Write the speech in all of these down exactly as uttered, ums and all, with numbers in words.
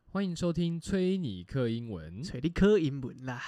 欢迎收听崔尼克英文。 找你考英文啦。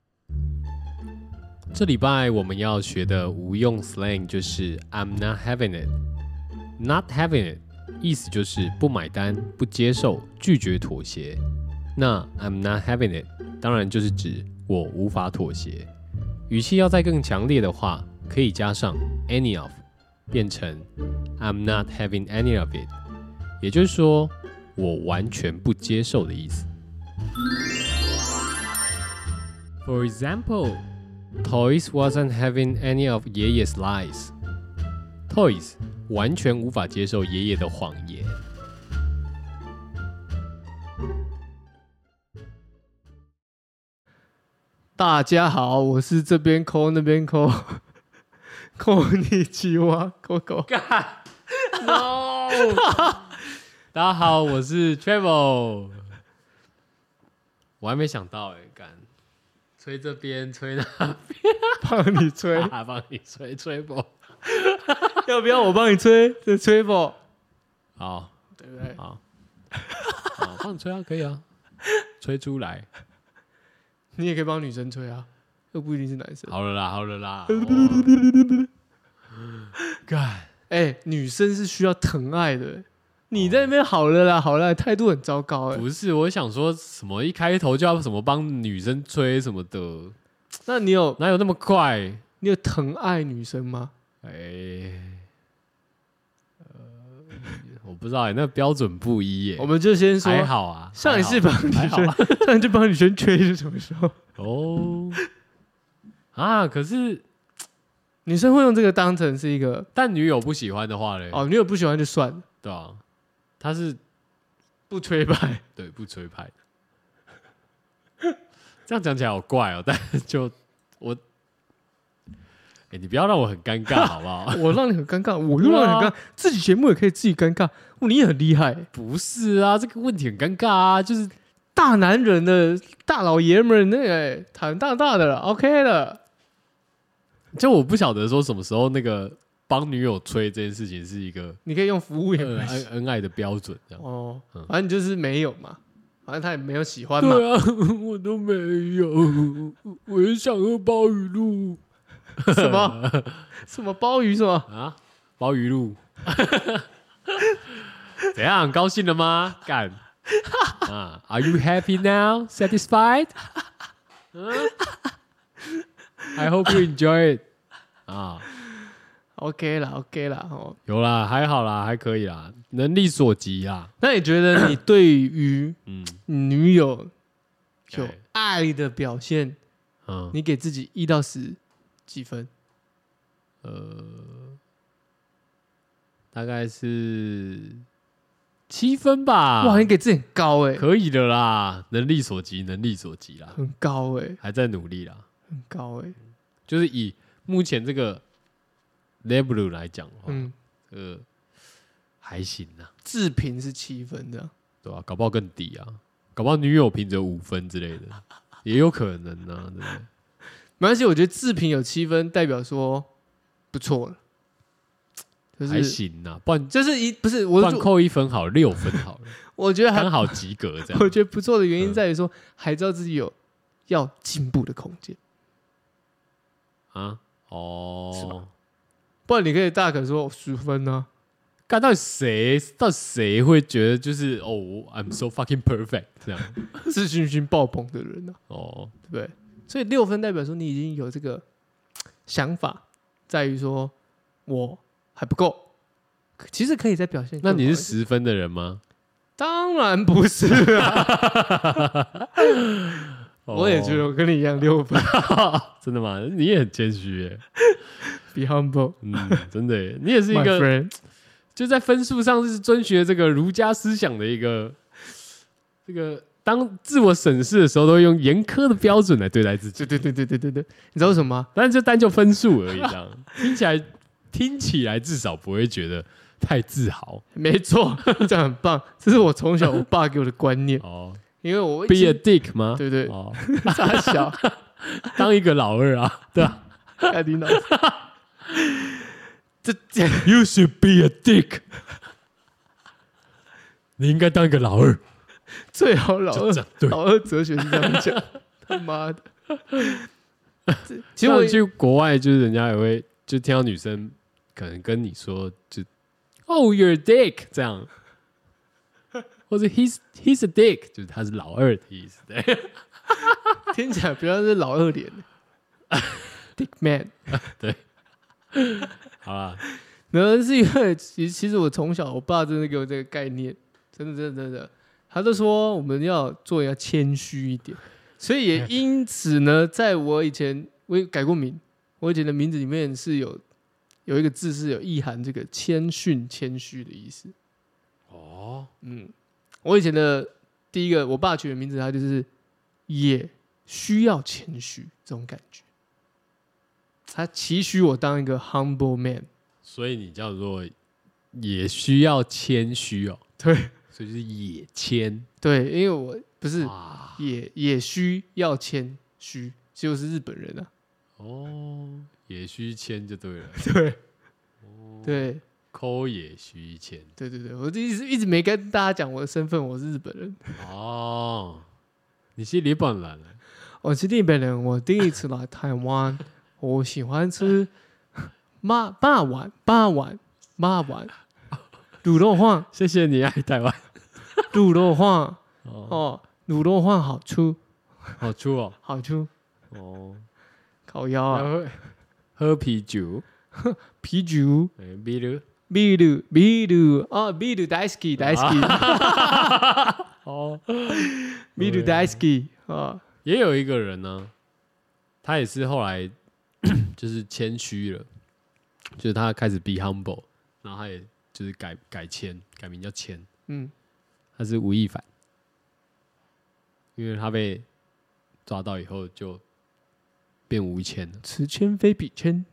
这礼拜我们要学的无用 slang 就是 I'm not having it。Not having it 意思就是不买单、不接受、拒绝妥协。那 I'm not having it 当然就是指我无法妥协。语气要再更强烈的话，可以加上 any of， 变成 I'm not having any of it， 也就是说我完全不接受的意思。For example, Toys wasn't having any of 爷爷 's lies. Toys 完全无法接受爷爷的谎言。 大家好，我是这边抠那边抠，抠你吉哇，抠抠。 干 ，no！ 大家好，我是 Travel。我还没想到哎、欸，干，吹这边，吹那边， 帮你吹， 帮你吹，吹不？ 要不要我帮你吹？这吹不？ 好， 对不对？ 好，好，帮你吹啊，可以啊，吹出来。 你也可以帮女生吹啊，又不一定是男生。 好了啦，好了啦。干、哦， 哎、欸，女生是需要疼爱的。你在那边好了啦，好了，态度很糟糕哎、欸。 不是，我想说什么一开头就要什么帮女生吹什么的， 那你有哪有那么快？ 你有疼爱女生吗？ 哎、欸，呃，我不知道哎、欸，那标准不一耶、欸。 我们就先说还好啊， 上一次帮女生，上一次帮女生吹是什么时候？ 哦，啊，可是女生会用这个当成是一个， 但女友不喜欢的话嘞， 哦，女友不喜欢就算了， 对啊，他是不吹派， 对不吹派的，这样讲起来好怪哦，但就我。欸、你不要让我很尴尬好不好？ 我让你很尴尬，我又让你很尴尬，啊、自己节目也可以自己尴尬，你也很厉害、欸。 不是啊，这个问题很尴尬啊，就是大男人的大老爷们那个、欸、坦大大的了 ，OK 了。 就我不晓得说什么时候那个帮女友吹这件事情是一个， 你可以用服务员恩恩恩爱的标准这样。 哦， 嗯、 反正就是没有嘛，反正他也没有喜欢嘛。 对啊，我都没有，我也想喝鲍鱼露。 什么什么鲍鱼什么啊？鲍鱼露？怎样？高兴了吗？干啊 ！Are you happy now? Satisfied? I hope you enjoy it. 啊 ，OK 啦 ，OK 啦，哦， 有啦，还好啦，还可以啦，能力所及啦。 那你觉得你对于嗯女友有爱的表现， 嗯， 你给自己一到十？几分？ 呃，大概是七分吧。 哇，你给自己很高哎、欸， 可以的啦，能力所及，能力所及啦， 很高哎、欸， 还在努力啦， 很高哎、欸， 就是以目前这个 level 来讲的话， 嗯， 呃，还行啦， 自评是七分的， 对吧、啊？搞不好更低啊，搞不好女友评只有五分之类的，也有可能啊，对不对？ 没关系，我觉得自评有七分，代表说不错了，就是还行啊，不然就是一不是我不然扣一分好，六分好了， 我觉得刚好及格这样。 我觉得不错的原因在于说，还知道自己有要进步的空间啊，哦， 不然你可以大可说十分呢、啊。 干到底谁到底谁会觉得就是哦 ，I'm so fucking perfect 这样， 自信心爆棚的人呢、啊？ 哦， 对不对？所以六分代表说你已经有这个想法，在于说我还不够，其实可以再表现。 那你是十分的人吗？ 当然不是啊！我也觉得我跟你一样六分， 真的吗？你也很谦虚耶 ，be humble， 嗯，真的耶，你也是一 my 个 friend， 就在分数上是遵循这个儒家思想的一个这个。当自我审视的时候，都会用严苛的标准来对待自己。 对对对对对对对，你知道为什么吗？ 但是就单就分数而已，这样听起来听起来至少不会觉得太自豪。 没错，这样很棒，这是我从小我爸给我的观念。哦，因为我 be a dick 吗？ 对对， 哦， 傻小， 当一个老二啊，对啊， 盖迪脑，这这 ，You should be a dick 。你应该当一个老二。 最好老二就讲对。 老二哲学是这样讲，他妈的。这其实像我去国外，就是人家也会就听到女生可能跟你说就，Oh you're a dick 这样，或者 he's he's a dick 就是他是老二的意思。对， 听起来不要是老二脸，Dick Man。 对，好啦， 没有是因为其实其实我从小我爸真的给我这个概念，真的真的真的，他就说我们要做要谦虚一点。所以也因此呢，在我以前我也改过名，我以前的名字里面是有有一个字是有意含这个谦逊、谦虚的意思。 哦， 嗯，我以前的第一个我爸取的名字，他就是也需要谦虚这种感觉，他期许我当一个 humble man。 所以你叫做也需要谦虚哦， 对所以就是也谦。 对，因为我不是哇， 也也需要谦虚，结果是日本人啊。 哦，也需谦就对了。 对哦， 对抠也需谦。 对对对，我一直一直没跟大家讲我的身份，我是日本人。 哦，你是日本人。 我是日本人，我第一次来台湾，我喜欢吃霸霸碗霸碗霸碗卤肉饭， 谢谢你爱台湾。 卤肉饭哦， 哦，卤肉饭好吃好吃哦。 好吃， 哦， 烤腰啊， 然后喝啤酒， 啤酒。 哎，比如ビール、ビール、あ、ビール大好き、大好き。 哦， ビール大好き啊！ 也有一个人呢，他也是后来就是谦虚了，就是他开始 be humble， 然后他也就是改改谦，改名叫谦， 嗯， 他是吴亦凡，因为他被抓到以后就变吴谦了。 此谦非彼谦。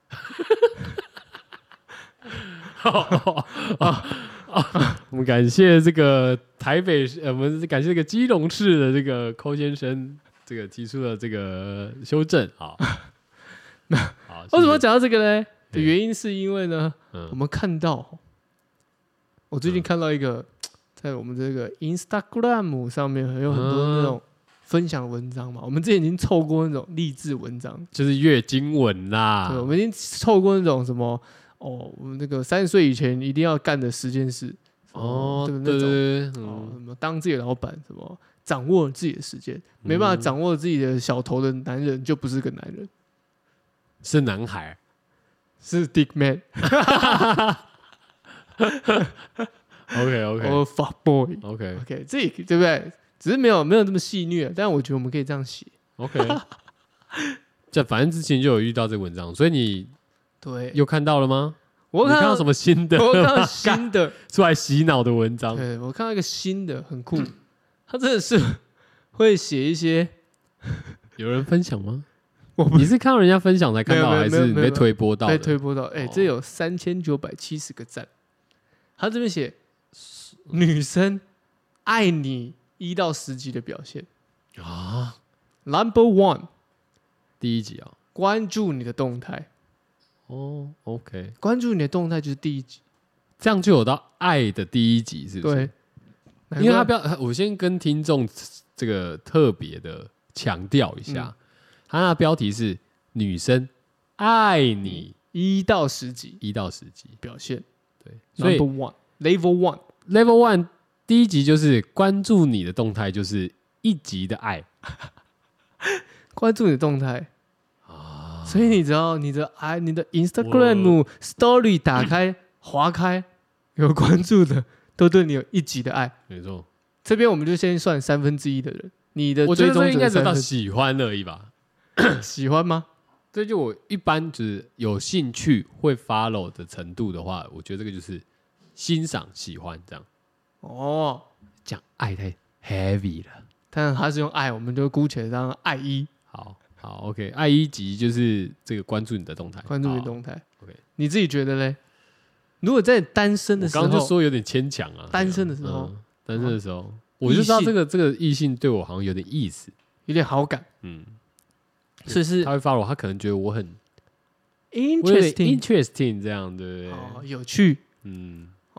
我们感谢这个台北市，呃，我们感谢这个基隆市的这个寇先生，这个提出了这个修正。好，好， 为什么要谢谢？ 讲到这个呢？的对原因是因为呢，我嗯， 们看到，我最近看到一个，在我们这个 Instagram 上面有很多那种分享文章嘛。我们之前已经凑过那种励志文章， 就是月经文啦对，。我们已经凑过那种什么哦，我们那个三十岁以前一定要干的十件事。 哦， 对对对那种对， 哦， 嗯， 什么当自己的老板，什么掌握自己的时间，没办法掌握自己的小头的男人就不是个男人， 是男孩。 是 Dick Man OK OK 或 Fuck Boy。 OK OK， 这对不对？只是没有没有这么戏谑，但我觉得我们可以这样写。 OK，这反正之前就有遇到这个文章，所以你对， 有看到了吗？ 我看到你看到什么新的？ 我看到新的， 出来洗脑的文章？ 对我看到一个新的，很酷。他真的是会写一些， 有人分享吗？ 我不你是看到人家分享才看到， 没有还没有没有是你被推播到的？ 被推播到，哎、 哦这有三千九百七十个赞。他这边写女生爱你一到十集的表现啊， ，Number One， 第一集啊。 关注你的动态， 哦，OK， 关注你的动态就是第一集。 这样就有到爱的第一集，是不是？ 对， 因为他不标，我先跟听众这个特别的强调一下， 嗯他那标题是“女生爱你一到十集一到十集表现”， 对，所以 ，Number One，Level One， Level One 第一集就是关注你的动态，就是一集的爱关注你的动态。 啊， 所以你知道你的哎，你的 Instagram Story 打开划开，有关注的都对你有一集的爱。 没错。 这边我们就先算三分之一的人，你的我觉追踪者得这应该得到三分喜欢而已吧。 喜欢吗？ 这就我一般就是有兴趣会 follow 的程度的话，我觉得这个就是欣赏、喜欢这样。 哦， 讲爱太 heavy 了。 但是他是用爱，我们就姑且当爱一， 好好 OK， 爱一集就是这个关注你的动态， 关注你的好动态。 OK， 你自己觉得嘞？如果在单身的时候， 我刚刚就说有点牵强啊。 单身的时候嗯单身的时候，我就知道这个这个异性对我好像有点意思。 有点好感， 嗯， 所以是他会 follow，他可能觉得我很我有点 interesting， interesting 这样，对不对？ 哦，有趣嗯， 哦。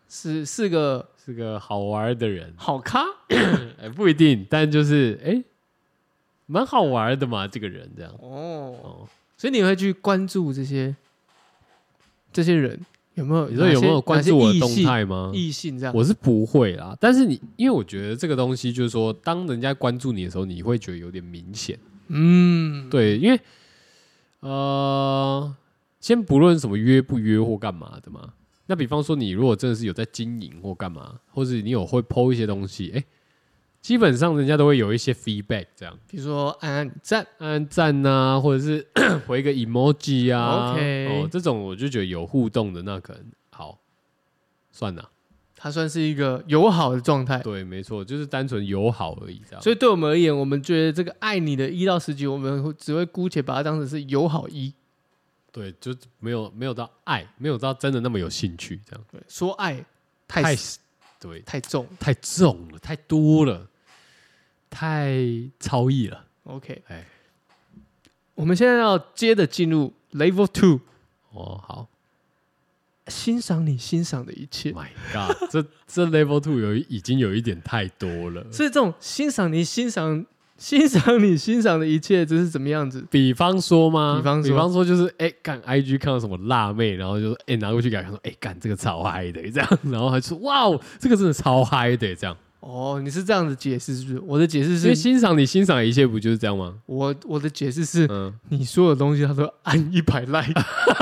是是个是个好玩的人， 好咖， 哎，不一定，但就是哎，蛮好玩的嘛，这个人这样。 哦， 哦， 所以你会去关注这些这些人有没有？ 你说有没有关注我的动态吗？ 异性这样， 我是不会啦，但是你因为我觉得这个东西就是说，当人家关注你的时候，你会觉得有点明显。 嗯， 对，因为呃，先不论什么约不约或干嘛的嘛，那比方说你如果真的是有在经营或干嘛，或者你有会 po 一些东西，哎、欸，基本上人家都会有一些 feedback， 这样， 比如说按按赞， 按按赞啊，或者是回个 emoji 啊 ，OK， 哦，这种我就觉得有互动的，那可能好，算了， 它算是一个友好的状态。 对，没错，就是单纯友好而已，这样。 所以对我们而言，我们觉得这个爱你的一到十集，我们会只会姑且把它当成是友好一。 对，就没有没有到爱，没有到真的那么有兴趣，这样。 对，说爱太太对太重太重了，太多了，太超意了。 ，OK， 哎， 我们现在要接着进入 Level Two， 哦，好欣赏你欣赏的一切。 ，My God，这这 Level Two 有已经有一点太多了。 所以这种欣赏你欣赏欣赏你欣赏的一切，这是怎么样子？ 比方说吗？ 比方说比方说就是哎，干、欸、I G 看到什么辣妹，然后就说哎、欸、拿过去给他看说哎干、欸、这个超嗨的这样，然后还说哇哦这个真的超嗨的这样。 哦，你是这样子解释是不是？我的解释是因为欣赏你欣赏的一切不就是这样吗？ 我我的解释是， 嗯， 你所有东西他都按一百 like，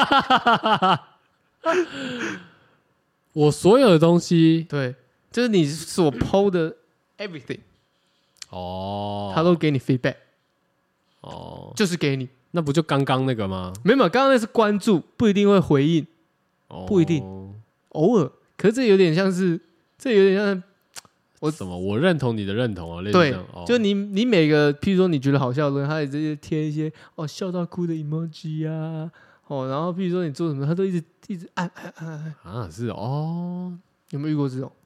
我所有的东西对，就是你所 P O 的 everything， 哦， 他都给你 feedback， 哦， 就是给你。 那不就刚刚那个吗？ 没有，刚刚那是关注，不一定会回应， 哦不一定偶尔。可是这有点像是，这有点像是我什么？我认同你的认同啊，类似这对样，哦、 就你你每个，譬如说你觉得好笑的，他也直接贴一些哦笑到哭的 emoji 啊，哦，然后譬如说你做什么，他都一直一直按按按按， 啊，是哦， 有没有遇过这种？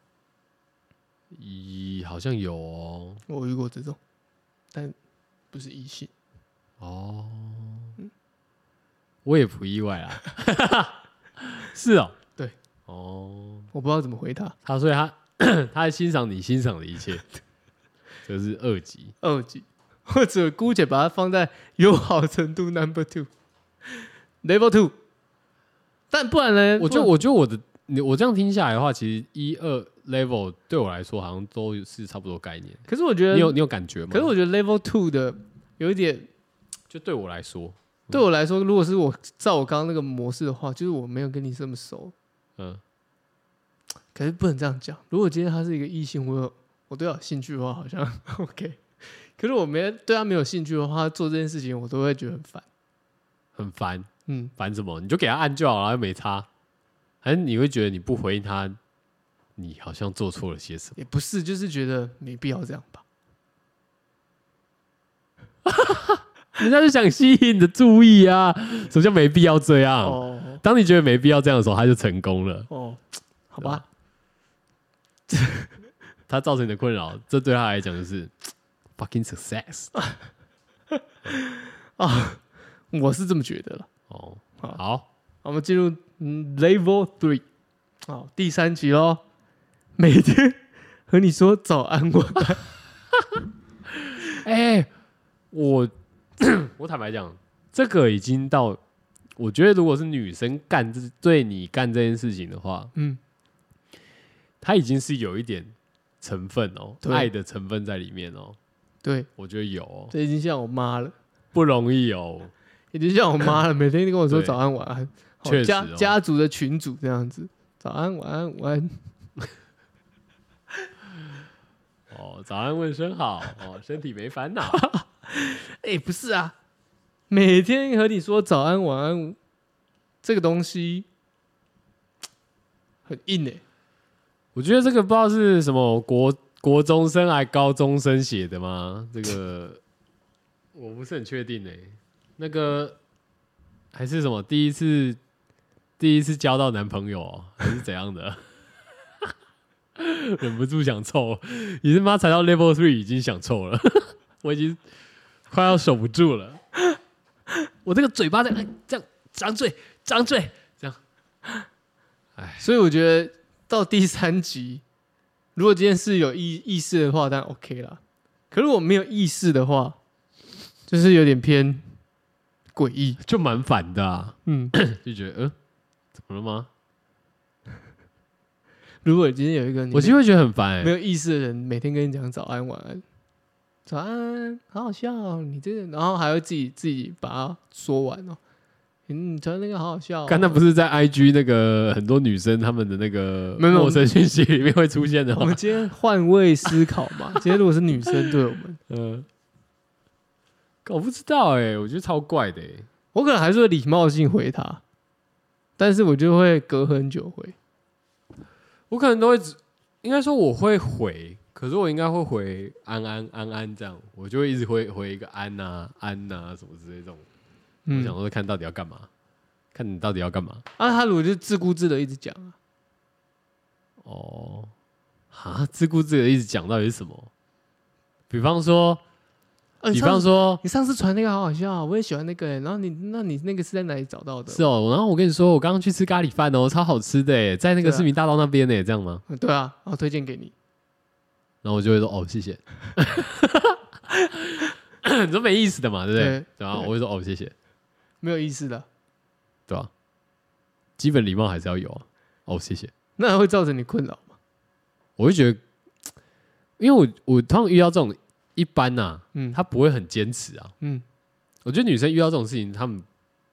咦，好像有哦， 我遇过这种，但不是异性。 哦，我也不意外啊，是哦， 对， 哦， 我不知道怎么回他。 他所以他他在欣赏你欣赏的一切，这是二级， 二级，或者姑且把它放在友好程度 number two，level two。但不然呢？ 我觉得我觉得我的你我这样听下来的话，其实一二 level 对我来说好像都是差不多概念。 可是我觉得你有你有感觉吗？ 可是我觉得 level two 的有一点， 就对我来说， 对我来说，如果是我照我刚刚那个模式的话，就是我没有跟你这么熟， 嗯， 可是不能这样讲。如果今天他是一个异性，我有我对他有兴趣的话，好像 OK。可是我没对他没有兴趣的话，他做这件事情我都会觉得很烦。 很烦， 嗯， 烦什么？你就给他按就好了，又没差。还是你会觉得你不回应他，你好像做错了些什么？ 也不是，就是觉得没必要这样吧。 人家就想吸引你的注意啊！什么叫没必要这样？ 哦当你觉得没必要这样的时候，他就成功了。 哦，好吧。 他造成你的困扰，这对他来讲就是 fucking success 啊，我是这么觉得了。 哦。 好好， 我们进入、嗯、Level Three， 好，第三集喽。每天和你说早安晚安。 哎、欸，我我坦白讲，这个已经到，我觉得如果是女生干这对你干这件事情的话， 嗯， 它已经是有一点成分哦， 对爱的成分在里面哦。 对， 我觉得有哦， 这已经像我妈了， 不容易哦。 已经像我妈了，每天都跟我说对早安晚安。好确实家哦家族的群主这样子，早安晚安晚安。 哦，早安问声好哦，身体没烦恼。 哎、不是啊，每天和你说早安晚安，这个东西很硬哎、 我觉得这个不知道是什么国国中生还高中生写的吗？这个我不是很确定哎、欸。那个还是什么第一次第一次交到男朋友、喔、还是怎样的？忍不住想臭，你他妈才到 level three 已经想臭了，我已经快要守不住了。我这个嘴巴在、哎、这样张嘴张嘴这样， 所以我觉得到第三集，如果今天是有意意识的话，当然 OK 啦。可如果没有意识的话，就是有点偏诡异， 就蛮烦的啊。 嗯， 就觉得，呃，怎么了吗？ 如果今天有一个你我其实会觉得很烦、欸， 没有意识的人，每天跟你讲早安晚安，早安，好好笑、哦，你这个，然后还会自己自己把它说完哦。嗯，你传那个好好笑、哦。 刚才不是在 I G 那个很多女生她们的那个陌生讯息里面会出现的吗？ 我们今天换位思考嘛，今天如果是女生对我们， 嗯，我不知道哎、欸，我觉得超怪的哎、欸。 我可能还是会礼貌性回她，但是我就会隔很久回。 我可能都会，应该说我会回，可是我应该会回安安安安这样，我就会一直回回一个安呐、啊、安呐、啊、什么之类这种。 嗯， 我想说看到底要干嘛，看你到底要干嘛。 啊，他如果就自顾自的一直讲啊， 哦，啊，自顾自的一直讲到底是什么？比方说， 啊、 比方说， 你上次传那个好好笑、啊，我也喜欢那个、欸，然后你，那你那个是在哪里找到的？ 是哦，然后我跟你说，我刚刚去吃咖喱饭哦，超好吃的哎，在那个对啊市民大道那边呢，这样吗？ 嗯对啊，然后推荐给你。 然后我就会说哦，谢谢。你说没意思的嘛，对不对？ 对对啊， 对我会说哦，谢谢， 没有意思的， 对吧、基本礼貌还是要有啊。哦，谢谢。 那会造成你困扰吗？ 我会觉得，因为我我通常遇到这种一般呐、啊， 嗯， 他不会很坚持啊。 嗯， 我觉得女生遇到这种事情，他们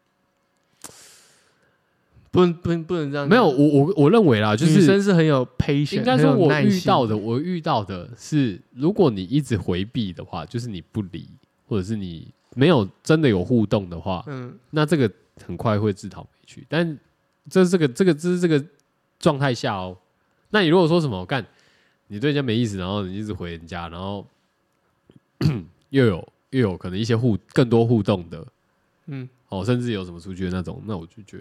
不能不能不能这样。 没有我我我认为啦，就是女生是很有 patience， 应该说我遇到的， 的，我遇到的是，如果你一直回避的话，就是你不理，或者是你没有真的有互动的话， 嗯， 那这个很快会自讨没趣。但这是这个这个这是这个状态下哦。那你如果说什么干，你对人家没意思，然后你一直回人家，然后又有又有可能一些互更多互动的， 嗯， 哦，甚至有什么出去的那种，那我就觉得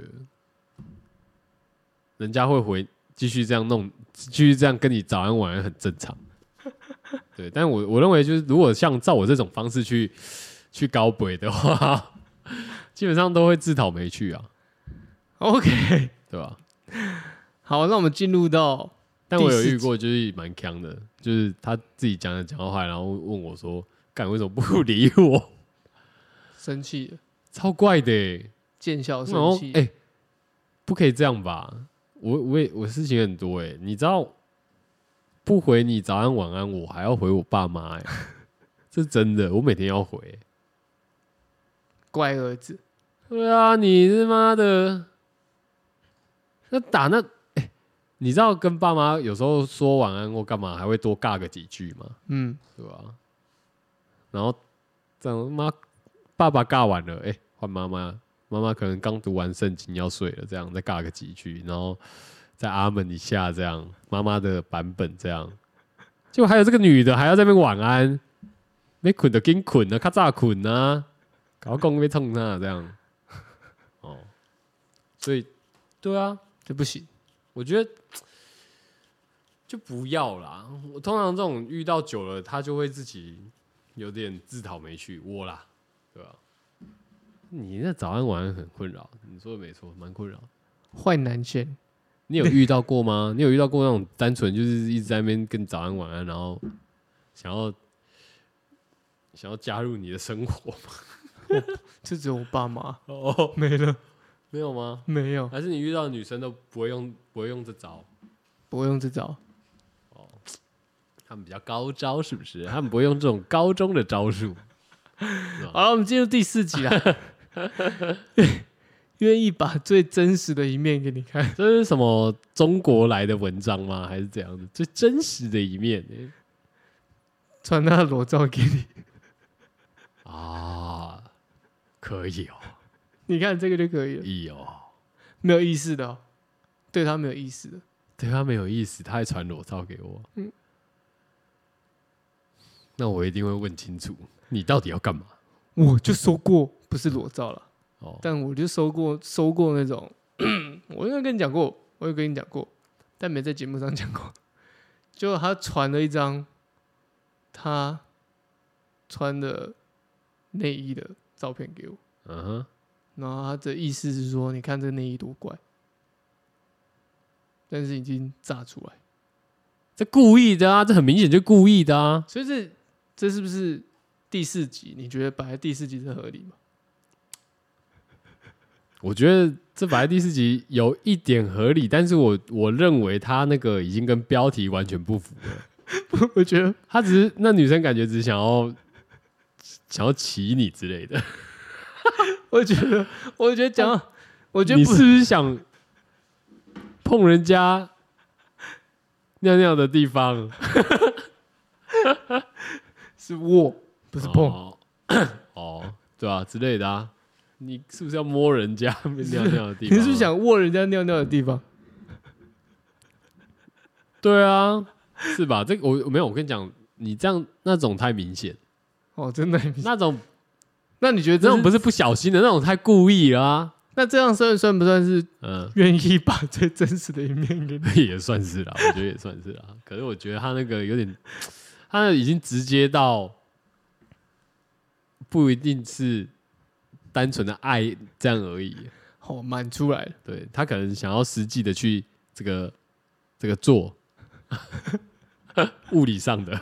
人家会回继续这样弄，继续这样跟你早安晚安很正常。对，但我我认为就是如果像照我这种方式去去高北的话，基本上都会自讨没趣啊， OK， 对吧？ 好，那我们进入到， 但我有遇过就是蛮强的，就是他自己讲着讲到话，然后问我说：“干为什么不理我？” 生气了， 超怪的、欸， 见笑然后生气， 哎、欸，不可以这样吧？我我也我事情很多哎、欸，你知道不回你早安晚安，我还要回我爸妈哎、欸，这是真的，我每天要回、欸。 乖儿子， 对啊，你他妈的，那打那哎、欸，你知道跟爸妈有时候说晚安或干嘛，还会多尬个几句吗？ 嗯， 对吧？然后这样妈爸爸尬完了，哎、欸，换妈妈。妈妈可能刚读完圣经要睡了，这样再尬个几句，然后再阿门一下，这样妈妈的版本这样，结果还有这个女的还要在那边晚安，没捆的跟捆啊，咔嚓捆啊，搞公被冲他这样，哦，所以对啊， 这不行， 我觉得就不要啦。我通常这种遇到久了，他就会自己有点自讨没趣，我啦，对吧、啊？你那早安晚安很困扰，你说的没错，蛮困扰。 坏男生， 你有遇到过吗？你有遇到过那种单纯就是一直在那边跟早安晚安，然后想要想要加入你的生活吗？ 就只有我爸妈哦， 没了， 没有吗？ 没有， 还是你遇到的女生都不会用不会用这招？ 不会用这招， 哦，他们比较高招是不是？他们不会用这种高中的招数。 好了，我们进入第四集啦。愿意把最真实的一面给你看， 这是什么中国来的文章吗？还是怎样的？最真实的一面、欸、 传他的裸照给你啊，可以哦， 你看这个就可以了， 可以哦， 没有意思的、哦，对他没有意思的， 对他没有意思，他还传裸照给我， 嗯， 那我一定会问清楚，你到底要干嘛？ 我就收过，不是裸照了。 哦， 但我就收过收过那种，我应该跟你讲过，我有跟你讲过，但没在节目上讲过。就他传了一张他穿的内衣的照片给我， 嗯哼， 然后他的意思是说，你看这内衣多怪。 但是已经炸出来， 这故意的啊，这很明显就故意的啊。 所以这这是不是第四集？你觉得摆在第四集是合理吗？ 我觉得这摆在第四集有一点合理，但是我我认为他那个已经跟标题完全不符了。 我觉得他只是那女生感觉只是想要想要骑你之类的。 我觉得，我觉得讲，我觉得不你是不是想碰人家尿尿的地方？ 是握，不是碰。 哦，哦对啊之类的啊。你是不是要摸人家尿尿的地方、啊？ 你是不是想握人家尿尿的地方？ 对啊，是吧？这个我没有，我跟你讲，你这样那种太明显哦，真的很明显。 那种， 那你觉得这那种不是不小心的那种，太故意了啊。 那这样算算不算是嗯， 愿意把最真实的一面给你？ 也算是啦，我觉得也算是啦。可是我觉得他那个有点，他已经直接到不一定是单纯的爱这样而已。 哦，满出来了。 对，他可能想要实际的去这个这个做物理上的。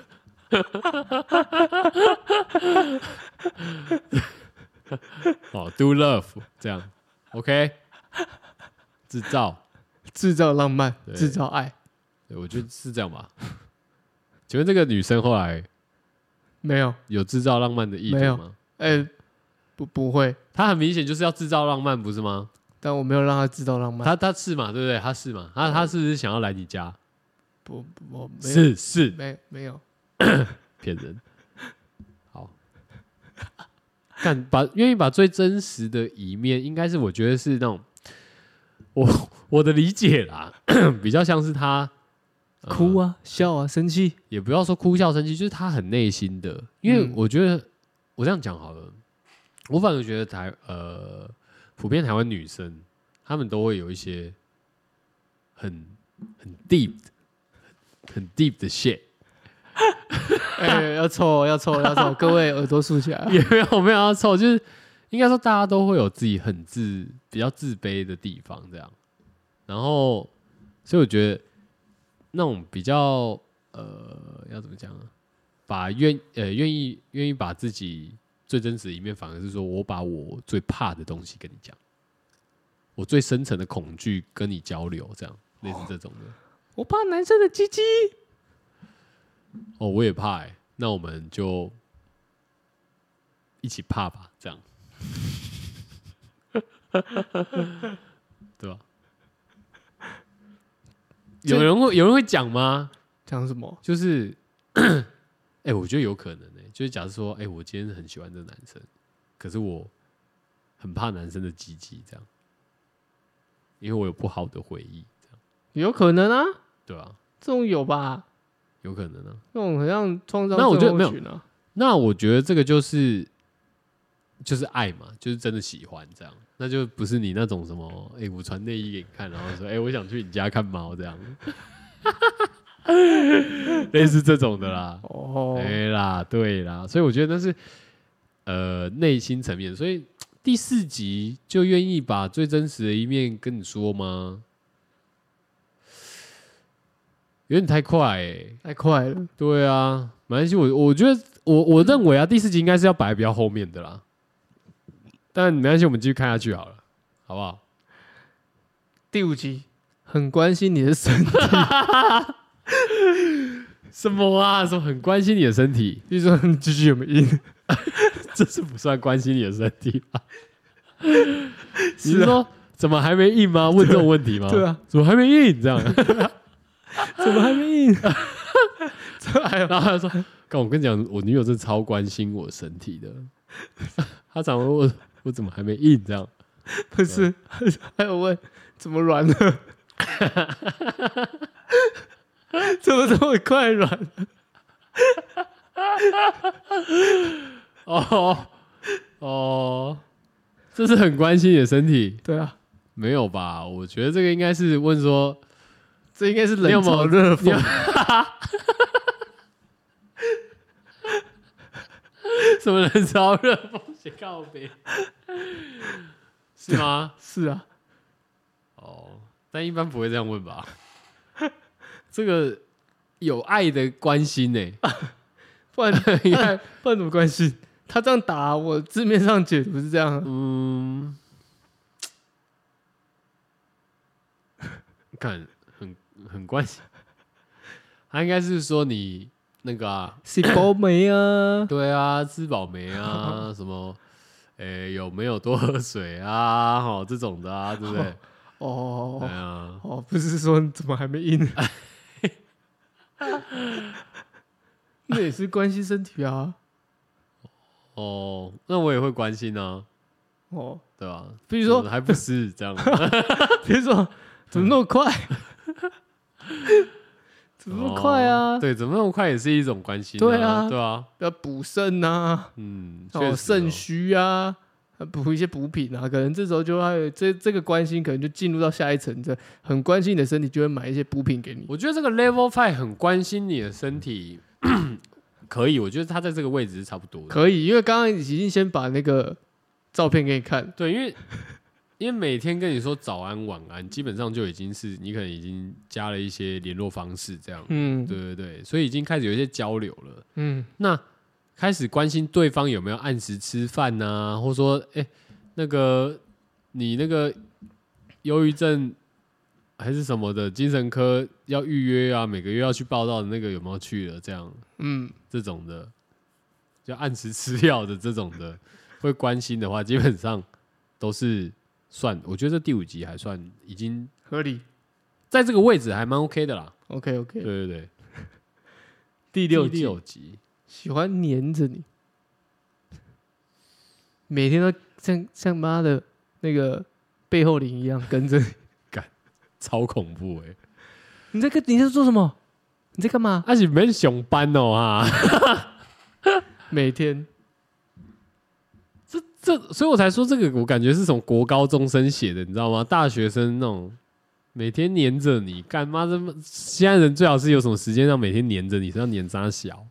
哦 ，do love 这样 ，OK， 制造制造浪漫， 对制造爱。 对，我觉得是这样吧。请问这个女生后来没有， 有制造浪漫的意图没有吗？ 哎、不不会， 她很明显就是要制造浪漫，不是吗？ 但我没有让他制造浪漫。 她她是嘛，对不对？她是嘛？她她是不是想要来你家？ 不不，我没有， 是是， 没没有。 骗人。好，看把愿意把最真实的一面，应该是我觉得是那种我我的理解啦，比较像是他、呃、 哭啊、笑啊、生气。 也不要说哭笑生气，就是他很内心的。因为嗯我觉得、我这样讲好了，我反而觉得台呃普遍台湾女生她们都会有一些很很 deep 很 deep 的 shit。 哎、要凑要凑要凑，各位耳朵竖起来、啊。 也没有没有要臭，就是应该说大家都会有自己很自比较自卑的地方，这样。然后，所以我觉得那种比较呃要怎么讲啊？把愿呃愿意愿意把自己最真实的一面，反而是说我把我最怕的东西跟你讲，我最深层的恐惧跟你交流，这样类似这种的。 我怕男生的鸡鸡。 哦，我也怕哎、欸，那我们就一起怕吧，这样，对吧？有人会有人会讲吗？ 讲什么？ 就是，哎、欸，我觉得有可能哎、欸，就是假如说，哎、欸，我今天很喜欢这个男生，可是我很怕男生的鸡鸡，这样，因为我有不好的回忆，这样， 有可能啊， 对吧、啊？ 这种有吧？ 有可能啊。 这种很像创造。 那我觉得没有呢。 那我觉得这个就是就是爱嘛，就是真的喜欢这样，那就不是你那种什么，哎、欸，我传内衣给你看，然后说，哎、欸，我想去你家看猫这样，类似这种的啦。 哦， 哎、欸、啦，对啦，所以我觉得那是呃内心层面，所以第四集就愿意把最真实的一面跟你说吗？有点太快哎、欸， 太快了。 对啊，没关系，我我觉得我我认为啊，第四集应该是要摆比较后面的啦，但没关系，我们继续看下去好了，好不好？ 第五集很关心你的身体， 什么啊？什么很关心你的身体？ 比如说你鸡鸡有没有硬？ 这是不算关心你的身体吧？你是说怎么还没硬吗？问这种问题吗？ 对啊， 怎么还没硬？这样。 怎么还没硬？ 然后他说：“刚我跟你讲，我女友真的超关心我身体的。她常问我，我怎么还没硬？这样不是，还有问怎么软了？怎么这么快软了？ 哦哦，这是很关心你的身体。 对啊， 没有吧？我觉得这个应该是问说。” 这应该是冷嘲热讽， 什么冷嘲热讽？写告别是吗？ 是啊， 哦，但一般不会这样问吧？ 这个有爱的关心呢、欸， 不然你看，不然怎么关心？他这样打我字面上解读是这样、啊， 嗯，看很很关心，他应该是说你那个啊， 是包没啊？ 对啊，吃饱没啊，什么，诶、有没有多喝水啊？哈，这种的啊，对不对？ 哦对啊， 哦，不是说你怎么还没硬？那也是关心身体啊。 哦，那我也会关心啊， 哦， 对吧、啊？ 比如说， 还不是这样， 比如说，怎么那么快？怎么那么快啊？ 哦对，怎么那么快也是一种关心、啊， 对啊对啊， 要补肾啊， 嗯， 哦， 确实肾虚啊，补一些补品啊，可能这时候就会这这个关心，可能就进入到下一层，这很关心你的身体，就会买一些补品给你。 我觉得这个 level five 很关心你的身体，可以，我觉得他在这个位置是差不多的。 可以，因为刚刚已经先把那个照片给你看， 对，因为因为每天跟你说早安晚安，基本上就已经是你可能已经加了一些联络方式，这样， 嗯， 对对对，所以已经开始有一些交流了。 嗯， 那开始关心对方有没有按时吃饭呐、啊，或者说，哎、欸，那个你那个忧郁症还是什么的，精神科要预约啊，每个月要去报道的那个有没有去了？这样， 嗯， 这种的，就按时吃药的这种的，会关心的话，基本上都是算，我觉得这第五集还算已经合理。 在这个位置还蛮 OK 的啦。 OK OK， 对对对， 第六第六集喜欢黏着你，每天都像像妈的那个背后灵一样跟着你。 超恐怖哎、欸！ 你在跟你在做什么？你在干嘛？ 而且没上班哦哈， 每天这这，所以我才说这个，我感觉是从国高中生写的，你知道吗？大学生那种每天黏着你，干妈这么现在人最好是有什么时间让每天黏着你，是要黏啥小？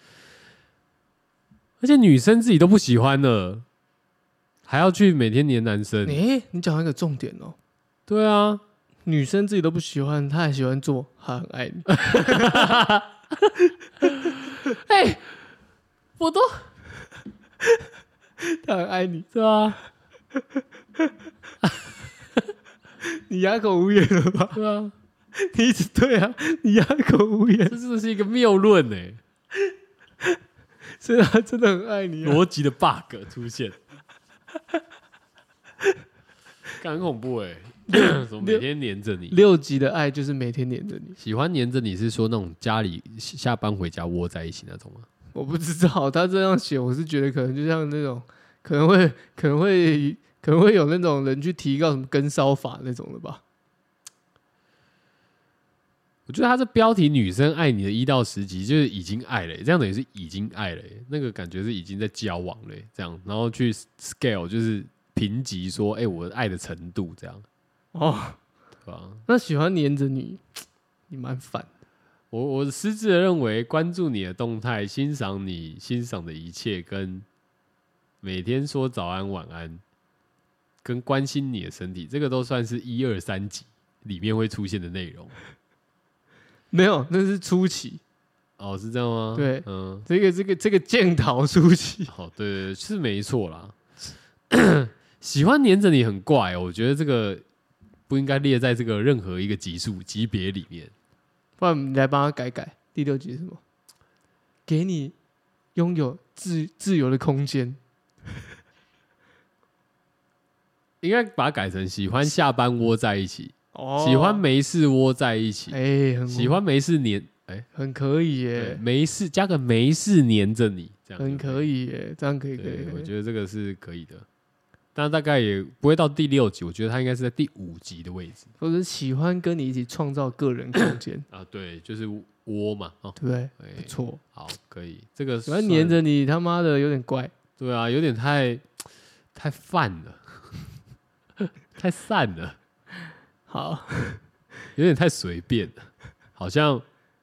而且女生自己都不喜欢了，还要去每天黏男生？ 哎、欸，你讲一个重点哦。 对啊， 女生自己都不喜欢，她还喜欢做，她很爱你。 哎、欸，我都她很爱你， 对啊， 你哑口无言了吧？ 对啊， 你一直对啊，你哑口无言， 这真的是一个谬论哎， 所以她真的很爱你、啊。 逻辑的 bug 出现，很恐怖哎、欸，什么每天黏着你？ 六集的爱就是每天黏着你。 喜欢黏着你是说那种家里下班回家窝在一起那种吗？ 我不知道他这样写，我是觉得可能就像那种可能会可能会可能会有那种人去提告什么跟骚法那种的吧。 我觉得他这标题“女生爱你的一到十集”就是已经爱了、欸，这样等于是已经爱了、欸，那个感觉是已经在交往了、欸，这样，然后去 scale 就是评级说，哎、欸，我爱的程度这样。 哦， 对吧？ 那喜欢黏着你，你蛮烦。 我我私自的认为，关注你的动态，欣赏你欣赏的一切，跟每天说早安晚安，跟关心你的身体，这个都算是一二三集里面会出现的内容。 没有，那是初期。 哦，是这样吗？ 对， 嗯， 这个这个这个剑桃初期。 好，对对对，是没错啦。喜欢黏着你很怪、哦，我觉得这个不应该列在这个任何一个级数级别里面。 不然你来帮他改改。第六集是什么？给你拥有自自由的空间。 应该把它改成喜欢下班窝在一起， 哦， 喜欢没事窝在一起， 哎、欸，很喜欢没事黏，哎、欸， 很可以耶， 没事加个没事黏着你，这样很可以耶，这样可以可以。 对，我觉得这个是可以的，但大概也不会到第六集，我觉得它应该是在第五集的位置。 或者喜欢跟你一起创造个人空间啊，对，就是窝嘛，哦， 对不对？ 欸、 不错， 好，可以，这个喜欢黏着你，他妈的有点怪。 对啊，有点太太泛了，太散了， 好， 有点太随便了，好像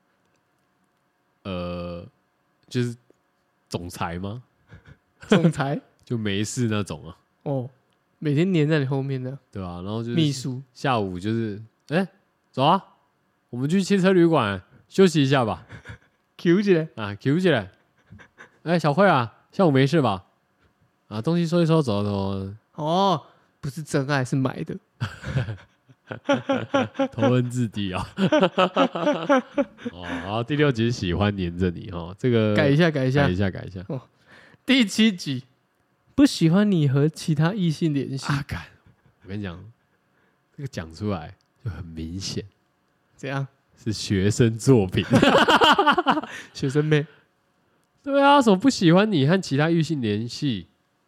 呃，就是总裁吗？ 总裁就没事那种啊， 哦，每天黏在你后面的， 对吧、啊？然后就是秘书， 下午就是，哎、欸，走啊， 我们去汽车旅馆休息一下吧。 Q 起来啊 ，Q 起来。哎、欸，小慧啊，下午没事吧？啊，东西收一收，走走。 哦，不是真爱，是买的。 头文字 D 啊、哦！哦，好，第六集喜欢黏着你哈、哦，这个改一下，改一下， 改一下，改一下。 哦，第七集不喜欢你和其他异性联系。 啊，干！我跟你讲，这个讲出来就很明显， 怎样？ 是学生作品。 学生妹。 对啊，什么不喜欢你和其他异性联系？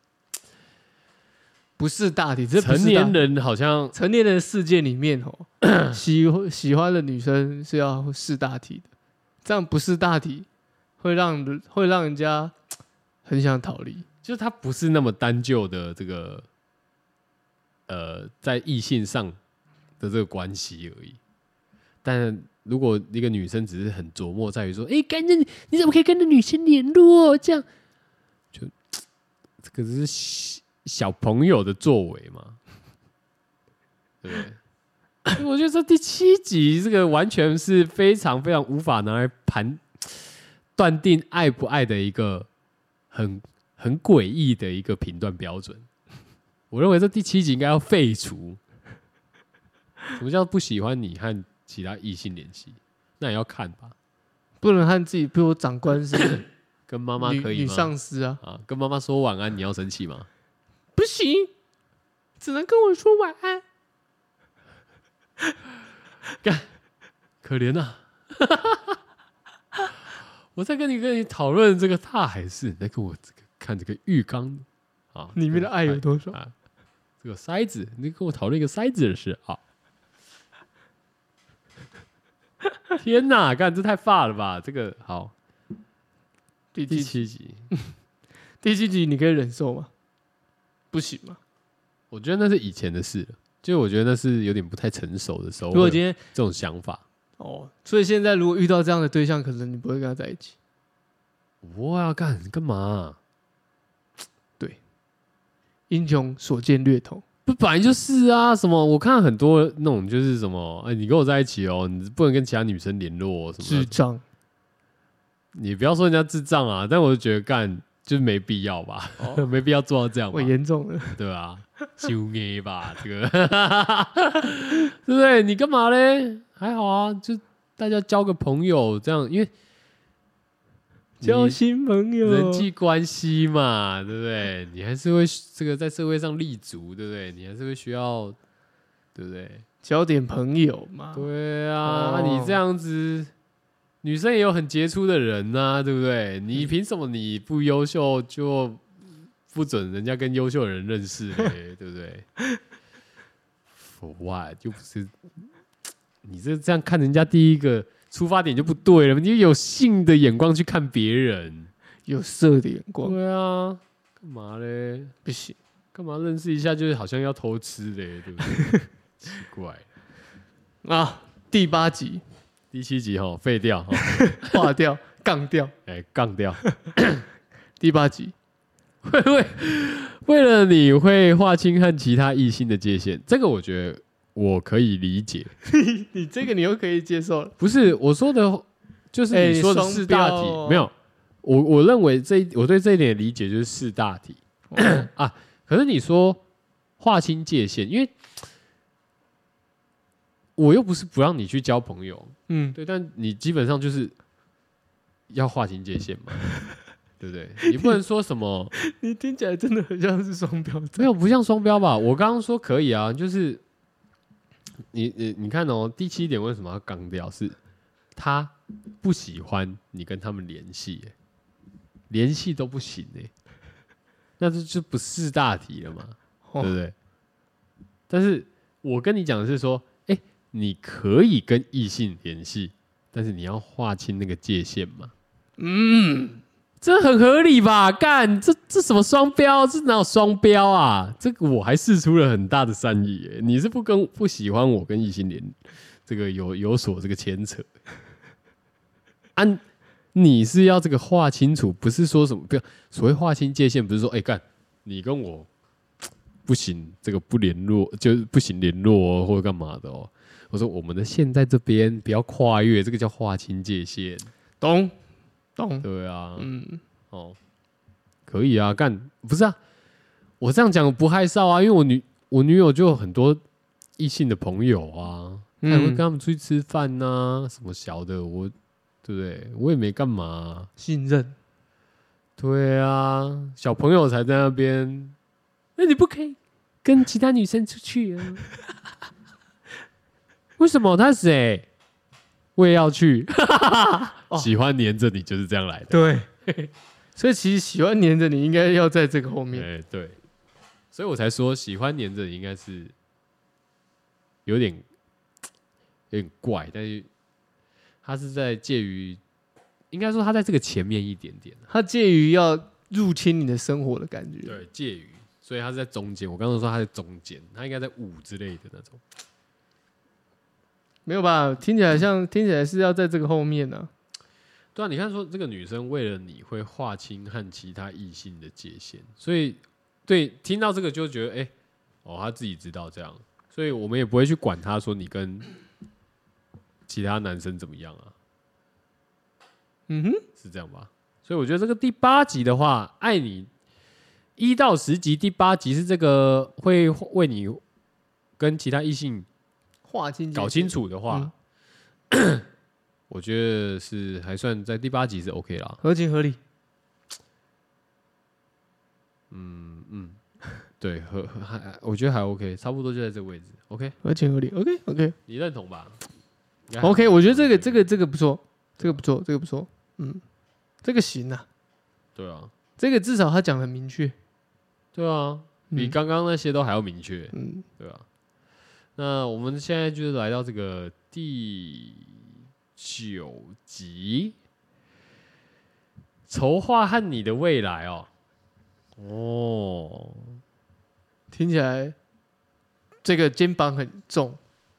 不是大题，这不是成年人好像成年人的世界里面哦，喜喜欢的女生是要识大题的，这样不是大题会让会让人家很想逃离。 就是他不是那么单就的这个呃，在异性上的这个关系而已。但如果一个女生只是很琢磨在于说，哎、欸，跟着你你怎么可以跟着女生联络？这样就这个是小朋友的作为嘛，对不对？我觉得这第七集这个完全是非常非常无法拿来盘断定爱不爱的一个很很诡异的一个评断标准。我认为这第七集应该要废除。什么叫不喜欢你和其他异性联系？那也要看吧， 不能和自己，比如长官是跟妈妈可以吗？ 女上司啊， 啊，跟妈妈说晚安，你要生气吗？ 不行，只能跟我说晚安。 干，可怜啊！我在跟你跟你讨论这个大海事，你在跟我这个看这个浴缸啊， 里面的爱有多少？ 啊，这个筛子，你跟我讨论一个筛子的事啊！天哪，干这太发了吧！这个好， 第第七集， 第七集你可以忍受吗？不行吗？ 我觉得那是以前的事了，就我觉得那是有点不太成熟的时候。 如果今天这种想法， 哦，所以现在如果遇到这样的对象，可能你不会跟他在一起。 我要干干嘛、啊？ 对，英雄所见略同。 不，本来就是啊。什么？我看很多那种就是什么，哎、欸，你跟我在一起哦，你不能跟其他女生联络、哦，什么智障。 你不要说人家智障啊，但我就觉得干就是没必要吧，哦、没必要做到这样吧。 我严重了， 对吧？羞捏吧，这个，对不对？你干嘛嘞？还好啊，就大家交个朋友这样，因为交新朋友， 人际关系嘛，对不对？你还是会这个在社会上立足，对不对？你还是会需要，对不对？ 交点朋友嘛。 对啊， 哦、 你这样子，女生也有很杰出的人呐、啊，对不对？你凭什么你不优秀就不准人家跟优秀的人认识嘞？对不对 ？For what？ 又不是你这这样看人家第一个。出发点就不对了，你有性的眼光去看别人， 有色的眼光。 对啊，干嘛嘞？ 不行， 干嘛认识一下就是好像要偷吃嘞，对不对？奇怪啊！第八集、 第七集哈，废掉， 划掉、杠掉， 哎、欸，杠掉。 第八集， 为为为了你会划清和其他异性的界限，这个我觉得。我可以理解， 你这个你又可以接受了。 不是我说的，就是你说的四大题、欸哦、没有。我我认为这我对这一点的理解就是四大题、哦、啊。可是你说划清界限，因为我又不是不让你去交朋友，嗯，对，但你基本上就是要划清界限嘛，对不对？你不能说什么， 你听起来真的很像是双标， 没有不像双标吧？我刚刚说可以啊，就是。你你你看哦，第七点为什么要杠掉？是他不喜欢你跟他们联系，联系都不行哎，那这就不是大题了嘛，哦、对不对？但是我跟你讲的是说，哎、欸，你可以跟异性联系，但是你要划清那个界限嘛。嗯。这很合理吧？干，这这什么双标？这哪有雙標啊？这个我还释出了很大的善意耶。你是不跟不喜欢我跟异性戀这个有有所这个牵扯啊？你是要这个划清楚，不是说什么不要所谓划清界限，不是说哎干、欸、你跟我不行，这个不联络就是不行联络哦，或者干嘛的哦。 我说我们的线在这边，不要跨越，这个叫划清界限。 懂懂， 对啊， 嗯， 哦，可以啊，干不是啊，我这样讲不害臊啊，因为我女我女友就有很多异性的朋友啊，她也会跟他们出去吃饭呐、啊，什么小的，我对不对？我也没干嘛、啊， 信任。 对啊，小朋友才在那边，那你不可以跟其他女生出去啊？为什么？他是谁？我也要去。哦、喜欢黏着你就是这样来的。 对，所以其实喜欢黏着你，应该要在这个后面。 欸、对，所以我才说喜欢黏着你应该是有点有点怪，但是他是在介于。应该说他在这个前面一点点， 他介于要入侵你的生活的感觉。 对，介于，所以他是在中间。我刚刚说他在中间，他应该在五之类的那种。 没有吧？听起来像，听起来是要在这个后面呢、啊。 对啊，你看说这个女生为了你会划清和其他异性的界限，所以对听到这个就觉得，哎、欸，哦，他自己知道这样，所以我们也不会去管他说你跟其他男生怎么样啊。 嗯哼， 是这样吧？所以我觉得这个第八集的话，爱你一到十集，第八集是这个会为你跟其他异性划清搞清楚的话，嗯、我觉得是还算在第八集是 OK 啦， 合情合理。 嗯嗯，对，合还我觉得还 OK， 差不多就在这个位置 ，OK， 合情合理 ，OK OK， 你认同吧 ？OK， 我觉得这个这个这个不错，这个不错，这个不错。嗯，这个行啊， 对啊， 这个至少他讲的很明确， 对啊，比刚刚那些都还要明确， 嗯， 对吧、啊？那我们现在就是来到这个第九集，筹划和你的未来哦，哦， 听起来这个肩膀很重。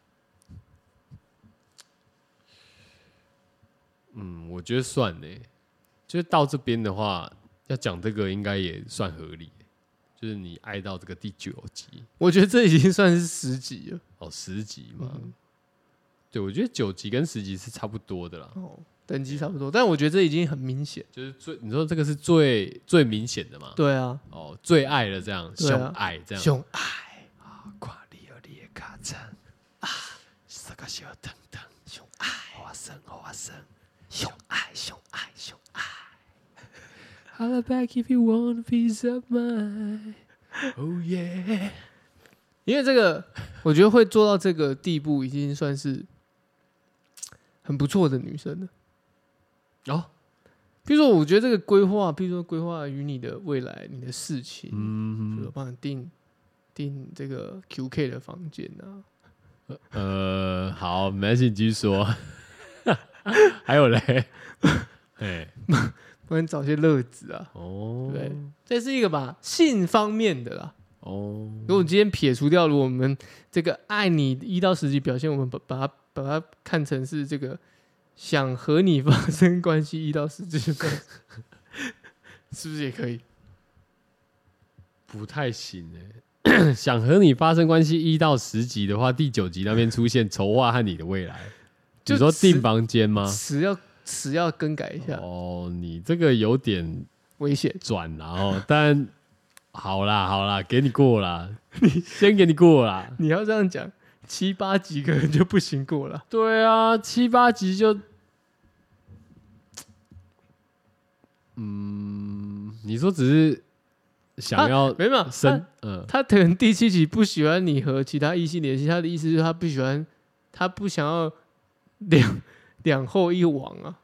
嗯，我觉得算呢，就是到这边的话，要讲这个应该也算合理。就是你爱到这个第九集， 我觉得这已经算是十集了。 哦，十集嘛， 嗯、 对，我觉得九集跟十集是差不多的啦。 哦，等级差不多，但我觉得这已经很明显。 就是最，你说这个是最最明显的嘛？ 对啊。 哦，最爱了这样， 对啊、 熊爱这样， 熊爱啊，看你有你的卡层啊，这个小腾腾， 熊爱， 花生花生， 熊爱熊爱熊爱。 Holla back if you want a piece of mine. Oh yeah！ 因为这个，我觉得会做到这个地步，已经算是很不错的女生了。 哦， 比如说，我觉得这个规划，比如说规划与你的未来、你的事情， 嗯， 比如帮你订订这个 Q K 的房间啊。 呃，好，没关系，你继续说。还有嘞，哎。 帮你找些乐子啊， 哦， 对，这是一个吧性方面的啦。 哦， 如果今天撇除掉，如果我们这个爱你一到十集表现，我们把把它把它看成是这个想和你发生关系一到十集，是不是也可以？ 不太行哎。想和你发生关系一到十集的话，第九集那边出现筹划和你的未来，你说订房间吗？ 词要。词要更改一下哦，你这个有点危险转了哦，但好啦好啦，给你过啦，你先给你过啦。 你要这样讲，七八集可能就不行过了。 对啊，七八集就，嗯，你说只是想要没嘛生，嗯， 他可能第七集不喜欢你和其他异性联系，他的意思就是他不喜欢，他不想要两。两后一王啊，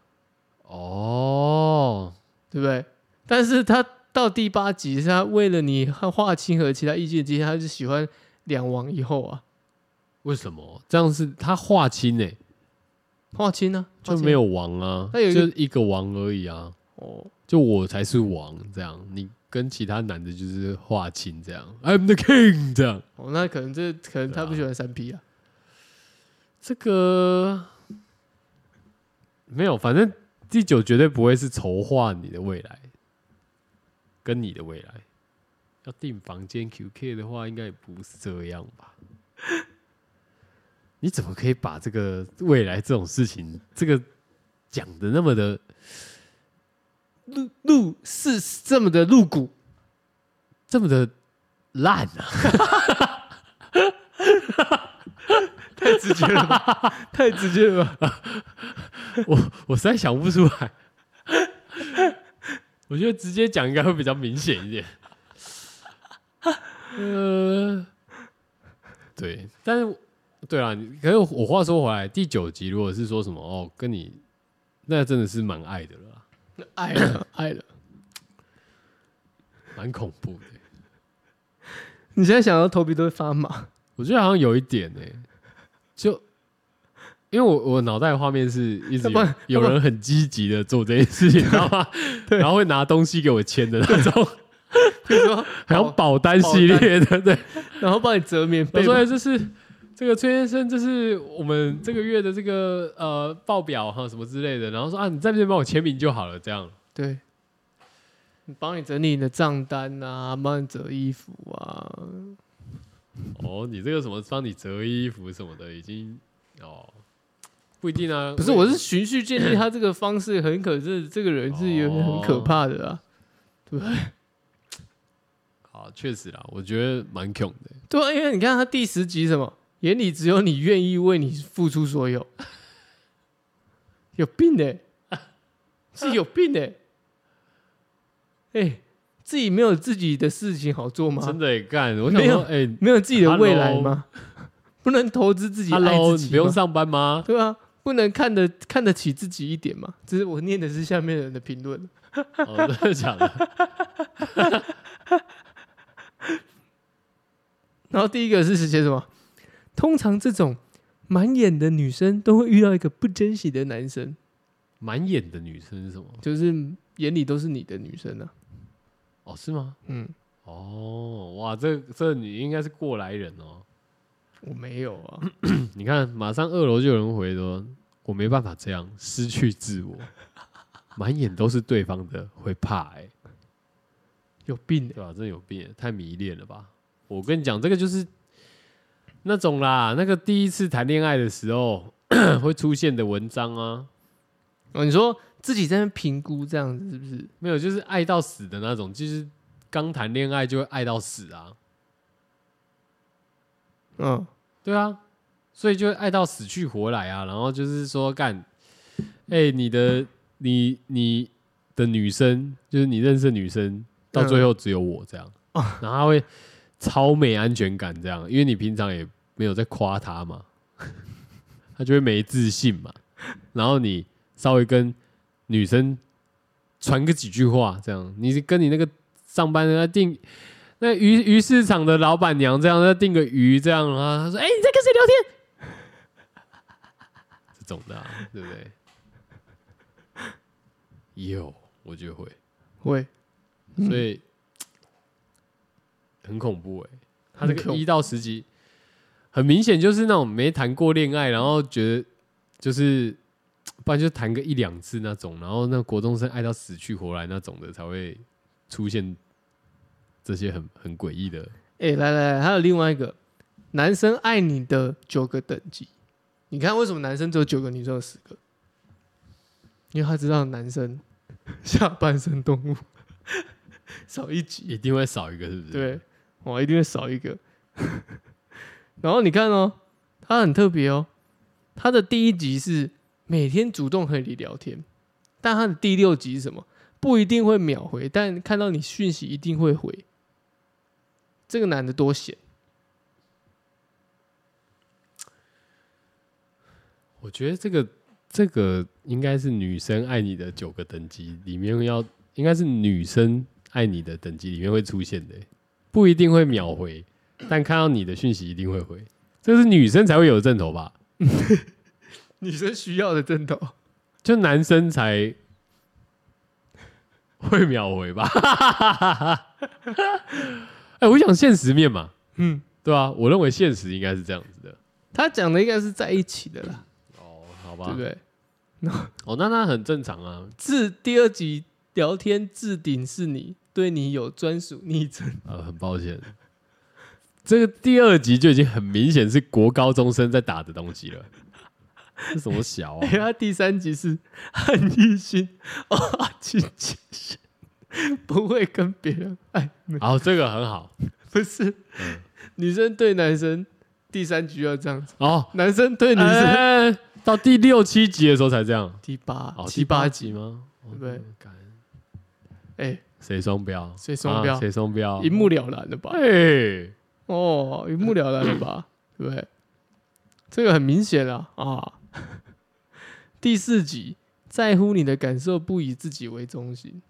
哦， 对不对？但是他到第八集，是他为了你划清和其他意见之间，他就喜欢两王一后啊。 为什么？这样是他划清呢、欸？ 划清啊， 就没有王啊， 他有一就一个王而已啊。 哦， 就我才是王，这样你跟其他男的就是划清这样 ，I'm the king 这样。 哦，那可能这可能他不喜欢三 P 啊。 这个。没有，反正第九绝对不会是筹划你的未来，跟你的未来。要订房间 Q K 的话，应该也不是这样吧？ 你怎么可以把这个未来这种事情，这个讲的那么的露露是这么的露骨， 这么的烂啊？ 太直接了吧，太直接了吧！ 我我实在想不出来。我觉得直接讲应该会比较明显一点。呃，对，但是对啊，可是我话说回来，第九集如果是说什么哦，跟你那真的是蛮爱的了啦， 爱了爱了， 蛮恐怖的。 你现在想到头皮都会发麻。 我觉得好像有一点呢、欸，就因为我我脑袋的画面是一直有有人很积极的做这件事情，你知道吗？然后会拿东西给我签的那种， 比如说好像保单系列的，对， 然后帮你折棉被。 我说这是这个崔先生，这是我们这个月的这个呃报表哈什么之类的，然后说啊，你在这边帮我签名就好了，这样。 对，帮你整理你的账单啊，帮你折衣服啊。 哦，你这个什么帮你折衣服什么的，已经哦不一定啊。 不是，我是循序渐进，他这个方式很可是这个人是有点很可怕的啊，对不对？ 好，确实啦，我觉得蛮囧的。 对啊，因为你看他第十集什么，眼里只有你愿意为你付出所有，有病的、欸，是有病的、欸，哎、欸。自己没有自己的事情好做吗？ 真的也干，我想说，哎、欸， 没有自己的未来吗？不能投资自己爱自己吗 ？Hello， 你不用上班吗？ 对啊，不能看得看得起自己一点嘛？这是我念的是下面人的评论。 哦，真的假的？ 然后第一个是写什么？通常这种满眼的女生都会遇到一个不珍惜的男生。 满眼的女生是什么？ 就是眼里都是你的女生啊。 哦，是吗？ 嗯， 哦，哇，这这你应该是过来人哦。 我没有啊。 你看，马上二楼就有人回说，我没办法这样失去自我，满眼都是对方的，会怕哎、欸， 有病、欸、 对吧？真的有病，太迷恋了吧？我跟你讲，这个就是那种啦，那个第一次谈恋爱的时候会出现的文章啊。 哦，你说自己在那评估这样子是不是？ 没有，就是爱到死的那种，就是刚谈恋爱就会爱到死啊。 嗯， 对啊，所以就会爱到死去活来啊。然后就是说干，哎、欸，你的你你的女生，就是你认识的女生，到最后只有我这样，嗯、然后她会超没安全感这样，因为你平常也没有在夸她嘛，她就会没自信嘛。然后你稍微跟女生传个几句话，这样，你跟你那个上班的订那鱼鱼市场的老板娘这样，再订个鱼这样，然后他说：“哎、欸，你在跟谁聊天？”这种的、啊，对不对？有，我觉得会会， 所以、嗯、很恐怖哎、欸。他这个一到十集，很明显就是那种没谈过恋爱，然后觉得就是。不然就谈个一两次那种，然后那国中生爱到死去活来那种的，才会出现这些很很诡异的。 哎、欸，来来来，还有另外一个男生爱你的九个等级。你看为什么男生只有九个，女生有十个？因为他知道男生下半身动物少一级， 一定会少一个，是不是？ 对，我一定会少一个。然后你看哦，他很特别哦，他的第一集是。每天主动和你聊天，但他的第六集是什么？不一定会秒回，但看到你讯息一定会回。这个男的多闲。 我觉得这个这个应该是女生爱你的九个等级里面要，应该是女生爱你的等级里面会出现的，不一定会秒回，但看到你的讯息一定会回。这是女生才会有的阵头吧？ 女生需要的阵头， 就男生才会秒回吧？哎、欸，我想现实面嘛，嗯，对吧、啊？我认为现实应该是这样子的。 他讲的应该是在一起的啦。 哦，好吧， 对不对？ 哦，那那很正常啊。 置第二集聊天置顶是你，对你有专属昵称。 呃，很抱歉， 这个第二集就已经很明显是国高中生在打的东西了。这什么小啊？ 哎、他第三集是汉艺勋哇，亲切是不会跟别人暧昧。 哦，这个很好。 不是、嗯、女生对男生，第三集要这样子哦， 男生对女生、 欸，到第六七集的时候才这样。 第八、 哦、 七八集吗？ 对不对？ 哎，谁双标？ 谁双标？ 谁、啊、双标？ 一目了然了吧？ 哎、欸， 哦，一目了然了吧？对不对？这个很明显啊啊！第四集，在乎你的感受，不以自己为中心。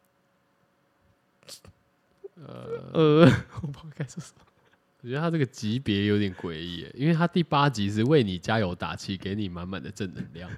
呃呃，我不知道该说什么。 我觉得他这个级别有点诡异，因为他第八集是为你加油打气，给你满满的正能量。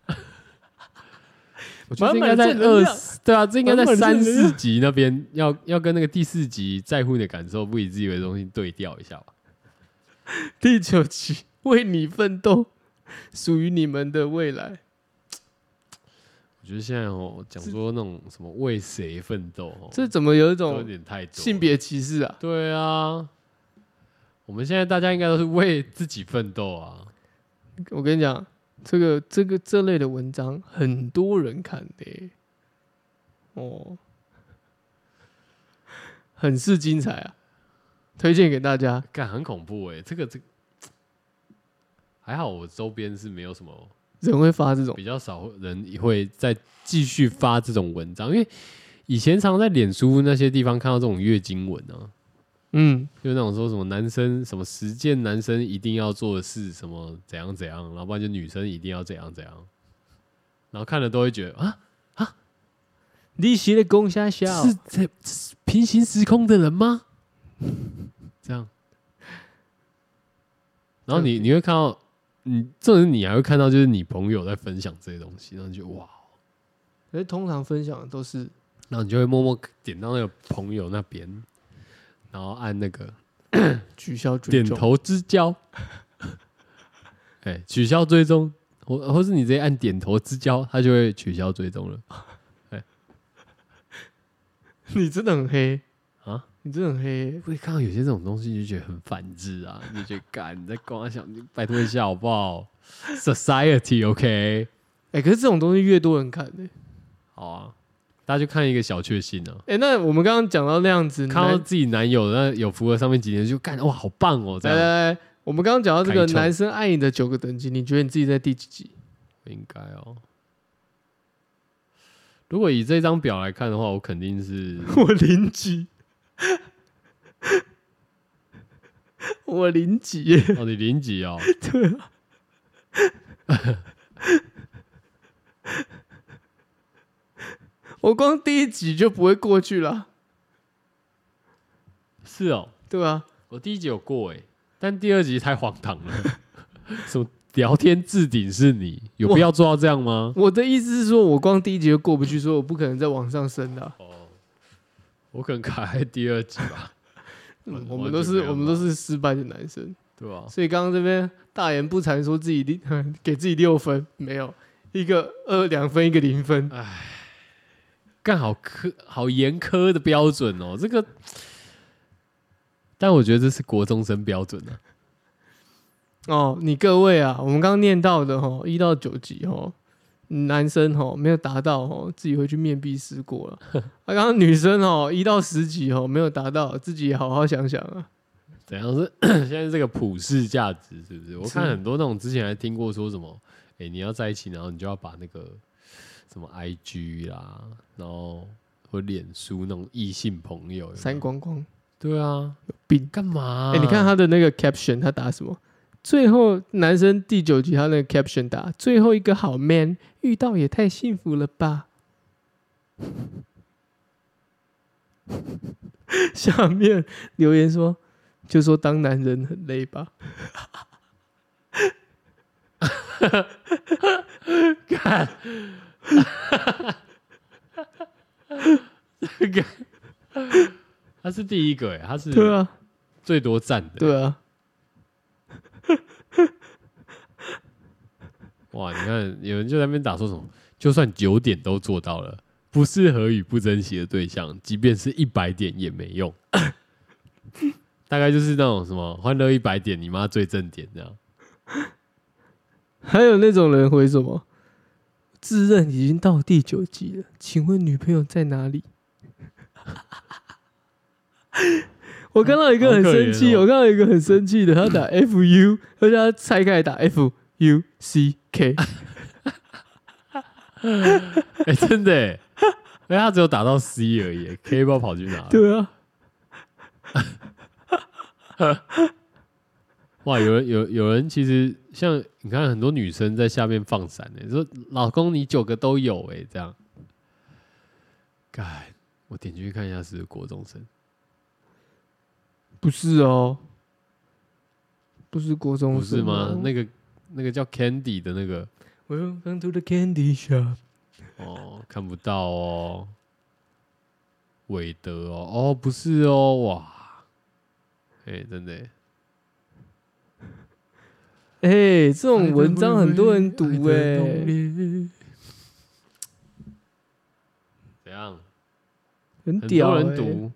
我觉得应该在二，对啊，这应该在三四集那边要要跟那个第四集在乎你的感受，不以自己为中心对调一下吧。 第九集，为你奋斗，属于你们的未来。 我觉得现在哦，讲说那种什么为谁奋斗哦， 这怎么有一种有点太多性别歧视啊？ 对啊，我们现在大家应该都是为自己奋斗啊。 我跟你讲，这个这个这类的文章很多人看的、欸，哦，很是精彩啊，推荐给大家。 干很恐怖哎、欸，这个这个还好，我周边是没有什么。 人会发这种， 比较少人会再继续发这种文章，因为以前常在脸书那些地方看到这种月经文啊， 嗯， 就那种说什么男生什么十件男生一定要做的事，什么怎样怎样，然后不然就女生一定要怎样怎样，然后看了都会觉得啊啊， 你写的公虾小是这是平行时空的人吗？这样，然后你你会看到。你这人你还会看到，就是你朋友在分享这些东西，然后你就哇， 可是通常分享的都是， 然后你就会默默点到那个朋友那边，然后按那个取消追踪点头之交，哎、欸，取消追踪，或或是你直接按点头之交，他就会取消追踪了。哎、欸， 你真的很黑啊！ 你真的很黑、欸， 会看到有些这种东西，你就觉得很反智啊，你就觉得干你在光想，你拜托一下好不好 ？Society OK， 哎、欸，可是这种东西越多人看呢、欸， 好啊，大家就看一个小确幸啊。 哎、欸，那我们刚刚讲到那样子， 看到自己男友那有符合上面几点就干哇，好棒哦！这样来来来，我们刚刚讲到这个男生爱你的九个等级，你觉得你自己在第几集？ 应该哦。如果以这张表来看的话，我肯定是我零级。我零级耶！ 哦，你零级哦？ 对啊，我光第一集就不会过去了。 是哦， 对啊， 我第一集有过哎，但第二集太荒唐了。什么聊天置顶是你，有必要做到这样吗？ 我的意思是说，我光第一集就过不去，所以我不可能再往上升的、啊。 哦，我可能卡在第二集吧。 嗯、我们都是我们都是失败的男生， 对吧、啊？ 所以刚刚这边大言不惭说自己给自己六分，没有一个二两分，一个零分。 唉，干好苛好严苛的标准哦，这个。但我觉得这是国中生标准啊。 哦，你各位啊，我们刚刚念到的哈，一到九集哈。男生吼没有达到吼，自己会去面壁思过了。啊，刚刚女生吼一到十集吼没有达到，自己也好好想想啊。 怎样是现在这个普世价值是不是？我看很多那种之前还听过说什么，哎、欸，你要在一起，然后你就要把那个什么 I G 啦，然后或脸书那种异性朋友有有删光光。 对啊， 有病干嘛、啊？ 哎、欸，你看他的那个 caption， 他打什么？最后男生第九集他那个 caption 打最后一个好 man 遇到也太幸福了吧。下面留言说就说当男人很累吧。 看这个他是第一个哎，他是对啊最多赞的对啊。 哇！你看，有人就在那边打说什么，就算九点都做到了，不适合与不珍惜的对象，即便是一百点也没用。 大概就是那种什么欢乐一百点，你妈最正点这样。 还有那种人回什么？自认已经到第九集了，请问女朋友在哪里？我看到一个很生气， 哦、 我看到一个很生气的，他打 F U， 而且他拆开打 F U C K。 哎、欸，真的哎，哎，他只有打到 C 而已 ，K 不知道跑去哪了。 对啊。 哇，有人有有人其实像你看，很多女生在下面放闪哎，说老公你九个都有哎，这样。干，我点进去看一下是不是国中生。 不是哦，不是国中生、哦， 不是吗？那个那个叫 Candy 的那个 ，Welcome to the Candy Shop。 哦，看不到哦，韦德哦，哦不是哦，哇，哎、欸，真的、欸， 哎、欸，这种文章很多人读哎、欸， 怎样？ 很屌、欸， 很多人读。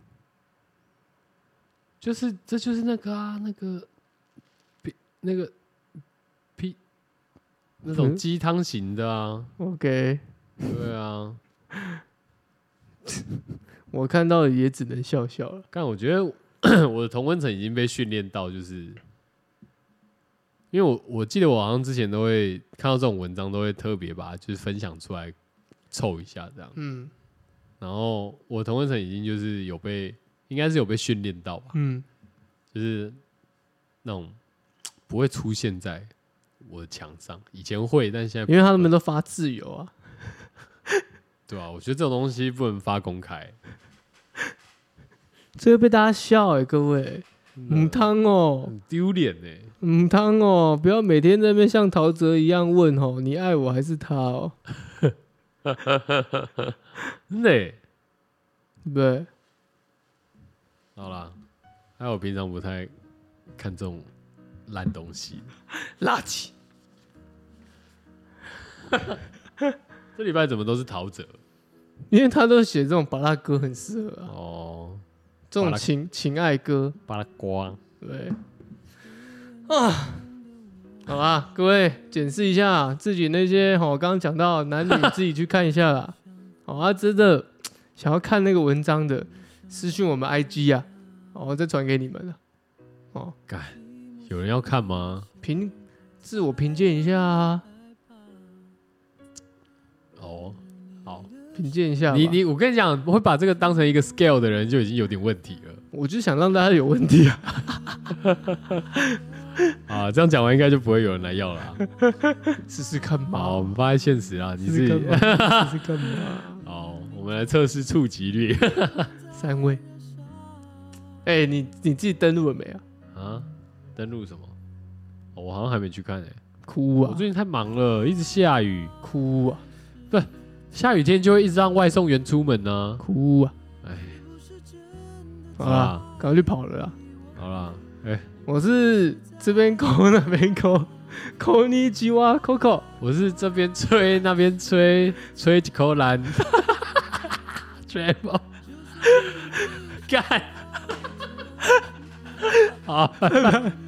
就是这就是那个啊，那个，那个 P 那种鸡汤型的啊。 OK， 对啊， 我看到了也只能笑笑了。 但我觉得我的同温层已经被训练到，就是因为我我记得我好像之前都会看到这种文章，都会特别把它就是分享出来凑一下这样。嗯，然后我同温层已经就是有被。应该是有被训练到吧，嗯，就是那种不会出现在我的墙上，以前会，但现在因为他们都发自由啊， 对啊，我觉得这种东西不能发公开， 这会被大家笑哎、欸，各位，母汤哦， 很丢脸哎， 母汤哦，不要每天在那边像陶喆一样问哦，你爱我还是他哦， 真的、欸， 对不对？ 好啦，还有我平常不太看这种烂东西， 垃圾。 这礼拜怎么都是陶喆？ 因为他都写这种巴拉歌很适合啊。 哦， 这种情情爱歌， 巴拉瓜。 对。啊，好啦，各位检视一下自己那些哈，刚刚讲到男女自己去看一下啦。好啊，真的想要看那个文章的。私讯我们 I G 啊，我再传给你们了。哦， 干，有人要看吗？ 评自我评鉴一下啊。 哦，好， 评鉴一下。 你你，我跟你讲，会把这个当成一个 scale 的人就已经有点问题了。 我就想让大家有问题啊。 啊，这样讲完应该就不会有人来要了、啊。 试试看嘛。 好，我们发在现实啊，你自己试试看嘛。 好，我们来测试触及率。 三位，哎、欸，你你自己登录了没啊？ 啊，登录什么？哦、我好像还没去看哎、欸。 哭啊！ 我最近太忙了，一直下雨。 哭啊！ 不，下雨天就会一直让外送员出门呢、啊。 哭啊！ 哎， 好啦，赶快去跑了啦！ 好啦，哎、欸， 我是这边抠那边抠，抠你吉哇 Coco， 我是这边吹那边吹，吹几口蓝。吹爆！干，好，拜拜。